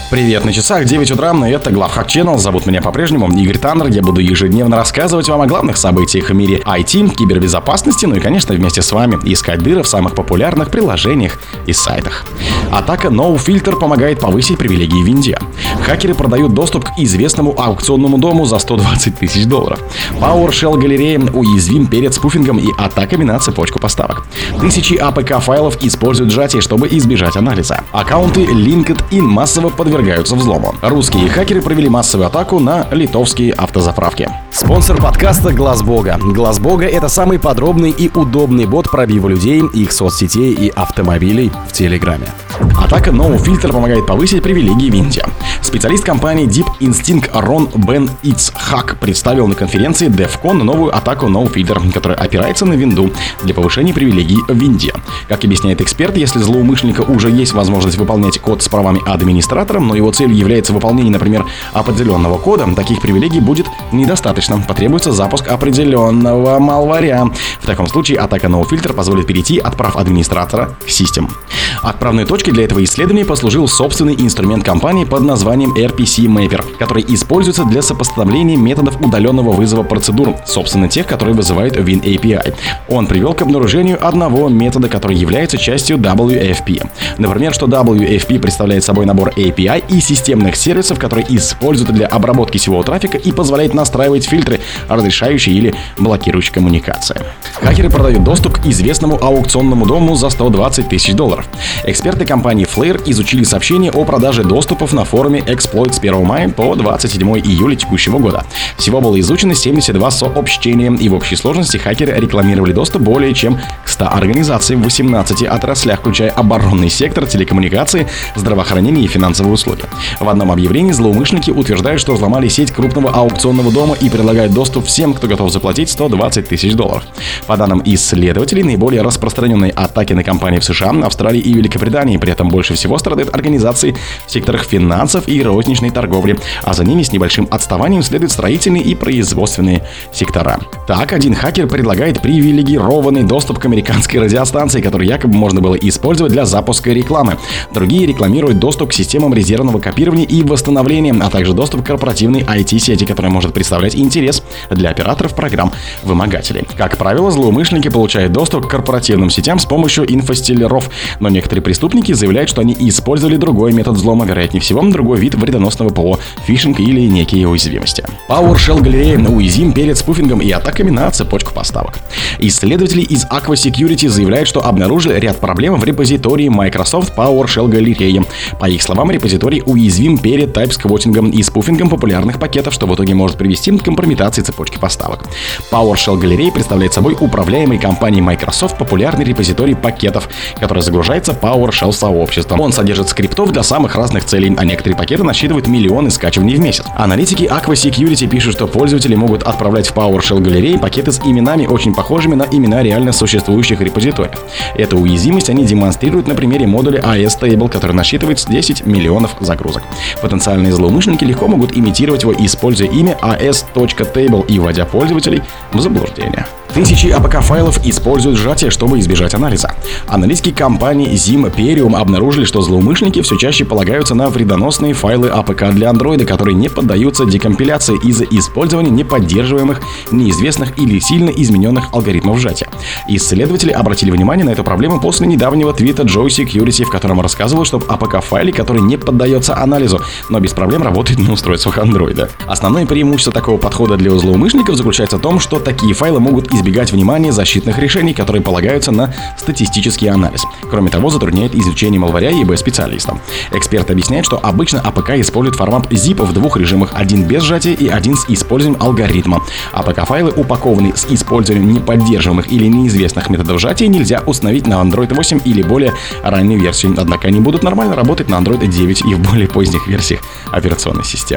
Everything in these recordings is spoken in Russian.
Привет, на часах 9 утра, и это Главхак Channel. Зовут меня по-прежнему Игорь Таннер. Я буду ежедневно рассказывать вам о главных событиях в мире IT, кибербезопасности, ну и, конечно, вместе с вами искать дыры в самых популярных приложениях и сайтах. Атака NoFilter помогает повысить привилегии в Винде. Хакеры продают доступ к известному аукционному дому за $120 тысяч. PowerShell галерея уязвим перед спуфингом и атаками на цепочку поставок. Тысячи APK-файлов используют сжатие, чтобы избежать анализа. Аккаунты LinkedIn массово подвергаются взлому. Русские хакеры провели массовую атаку на литовские автозаправки. Спонсор подкаста Глаз Бога. Глаз Бога — это самый подробный и удобный бот пробива людей, их соцсетей и автомобилей в Телеграме. Атака NoFilter помогает повысить привилегии в Винде. Специалист компании Deep Instinct Рон Бен Ицхак представил на конференции DevCon новую атаку NoFilter, которая опирается на винду для повышения привилегий в Винде. Как объясняет эксперт, если злоумышленника уже есть возможность выполнять код с правами администратора, но его целью является выполнение, например, определенного кода, таких привилегий будет недостаточно. Потребуется запуск определенного малваря. В таком случае атака NoFilter позволит перейти от прав администратора к системе. Отправной точкой для этого исследования послужил собственный инструмент компании под названием RPC Mapper, который используется для сопоставления методов удаленного вызова процедур, собственно тех, которые вызывают WinAPI. Он привел к обнаружению одного метода, который является частью WFP. Например, что WFP представляет собой набор API и системных сервисов, которые используют для обработки сетевого трафика и позволяет настраивать фильтры, разрешающие или блокирующие коммуникации. Хакеры продают доступ к известному аукционному дому за $120 тысяч. Эксперты компании Flare изучили сообщения о продаже доступов на форуме Exploit с 1 мая по 27 июля текущего года. Всего было изучено 72 сообщения, и в общей сложности хакеры рекламировали доступ более чем к 100 организациям в 18 отраслях, включая оборонный сектор, телекоммуникации, здравоохранение и финансовые услуги. В одном объявлении злоумышленники утверждают, что взломали сеть крупного аукционного дома и предлагают доступ всем, кто готов заплатить $120 тысяч. По данным исследователей, наиболее распространенные атаки на компании в США, Австралии и Великобритании. При этом больше всего страдают организации в секторах финансов и розничной торговли, а за ними с небольшим отставанием следуют строительные и производственные сектора. Так, один хакер предлагает привилегированный доступ к американской радиостанции, который якобы можно было использовать для запуска рекламы. Другие рекламируют доступ к системам резервного копирования и восстановления, а также доступ к корпоративной IT-сети, которая может представлять интерес для операторов программ-вымогателей. Как правило, злоумышленники получают доступ к корпоративным сетям с помощью инфостиллеров, но некоторые преступники заявляют, что они использовали другой метод взлома, вероятнее всего, другой вид вредоносного ПО, фишинг или некие уязвимости. PowerShell галерея уязвим перед спуфингом и атаками на цепочку поставок. Исследователи из Aqua Security заявляют, что обнаружили ряд проблем в репозитории Microsoft PowerShell галереи. По их словам, репозиторий уязвим перед тайп-сквотингом и спуфингом популярных пакетов, что в итоге может привести к компрометации цепочки поставок. PowerShell галерея представляет собой управляемый компанией Microsoft популярный репозиторий пакетов, который загружается PowerShell сообществом. Он содержит скриптов для самых разных целей, а некоторые пакеты насчитывают миллионы скачиваний в месяц. Аналитики Aqua Security пишут, что пользователи могут отправлять в PowerShell галереи пакеты с именами, очень похожими на имена реально существующих репозиториев. Эту уязвимость они демонстрируют на примере модуля AS-Table, который насчитывает 10 миллионов загрузок. Потенциальные злоумышленники легко могут имитировать его, используя имя as.table и вводя пользователей в заблуждение. Тысячи APK-файлов используют сжатие, чтобы избежать анализа. Аналитики компании Zimperium обнаружили, что злоумышленники все чаще полагаются на вредоносные файлы APK для Android, которые не поддаются декомпиляции из-за использования неподдерживаемых, неизвестных или сильно измененных алгоритмов сжатия. Исследователи обратили внимание на эту проблему после недавнего твита Joy Security, в котором рассказывал, что APK-файлы, который не поддается анализу, но без проблем работает на устройствах Android. Основное преимущество такого подхода для злоумышленников заключается в том, что такие файлы могут избегать внимания защитных решений, которые полагаются на статистический анализ. Кроме того, затрудняет изучение малваря и ИБ-специалистам. Эксперт объясняет, что обычно APK использует формат ZIP в двух режимах: один без сжатия и один с использованием алгоритма. APK-файлы, упакованные с использованием неподдерживаемых или неизвестных методов сжатия, нельзя установить на Android 8 или более раннюю версию, однако они будут нормально работать на Android 9 и в более поздних версиях операционной системы.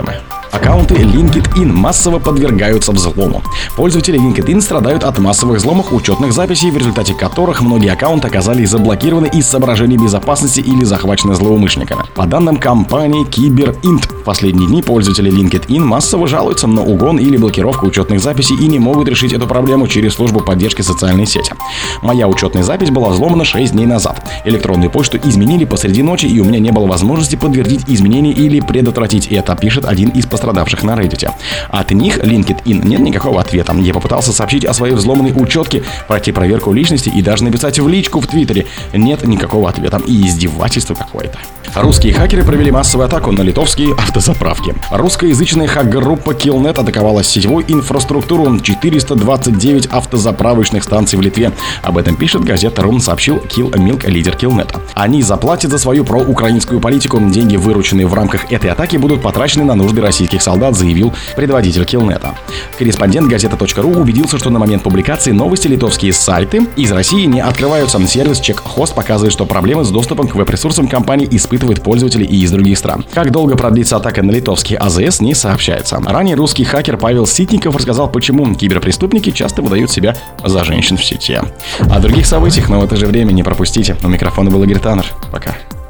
Аккаунты LinkedIn массово подвергаются взлому. Пользователи LinkedIn страдают от массовых взломов учетных записей, в результате которых многие аккаунты оказались заблокированы из соображений безопасности или захвачены злоумышленниками. По данным компании CyberInt, в последние дни пользователи LinkedIn массово жалуются на угон или блокировку учетных записей и не могут решить эту проблему через службу поддержки социальной сети. Моя учетная запись была взломана 6 дней назад. Электронную почту изменили посреди ночи, и у меня не было возможности подтвердить изменения или предотвратить это, пишет один из пострадавших на Reddit. От них, LinkedIn, нет никакого ответа. Я попытался сообщить о своей взломанной учетке, пройти проверку личности и даже написать в личку в Твиттере. Нет никакого ответа. И издевательство какое-то. Русские хакеры провели массовую атаку на литовские автозаправки. Русскоязычная хак-группа Killnet атаковала сетевую инфраструктуру 429 автозаправочных станций в Литве. Об этом пишет газета Рун, сообщил Kill Milk, лидер Killnet. Они заплатят за свою проукраинскую политику. Деньги, вырученные в рамках этой атаки, будут потрачены на нужды российских солдат, заявил предводитель Killnet. Корреспондент газета.ру убедился, что на момент публикации новости литовские сайты из России не открываются. Сервис CheckHost показывает, что проблемы с доступом к веб-ресурсам компании испытывают пользователи и из других стран. Как долго продлится атака на литовские АЗС, не сообщается. Ранее русский хакер Павел Ситников рассказал, почему киберпреступники часто выдают себя за женщин в сети. О других событиях, но в это же время не пропустите. У микрофона был Игорь Таннер. Пока.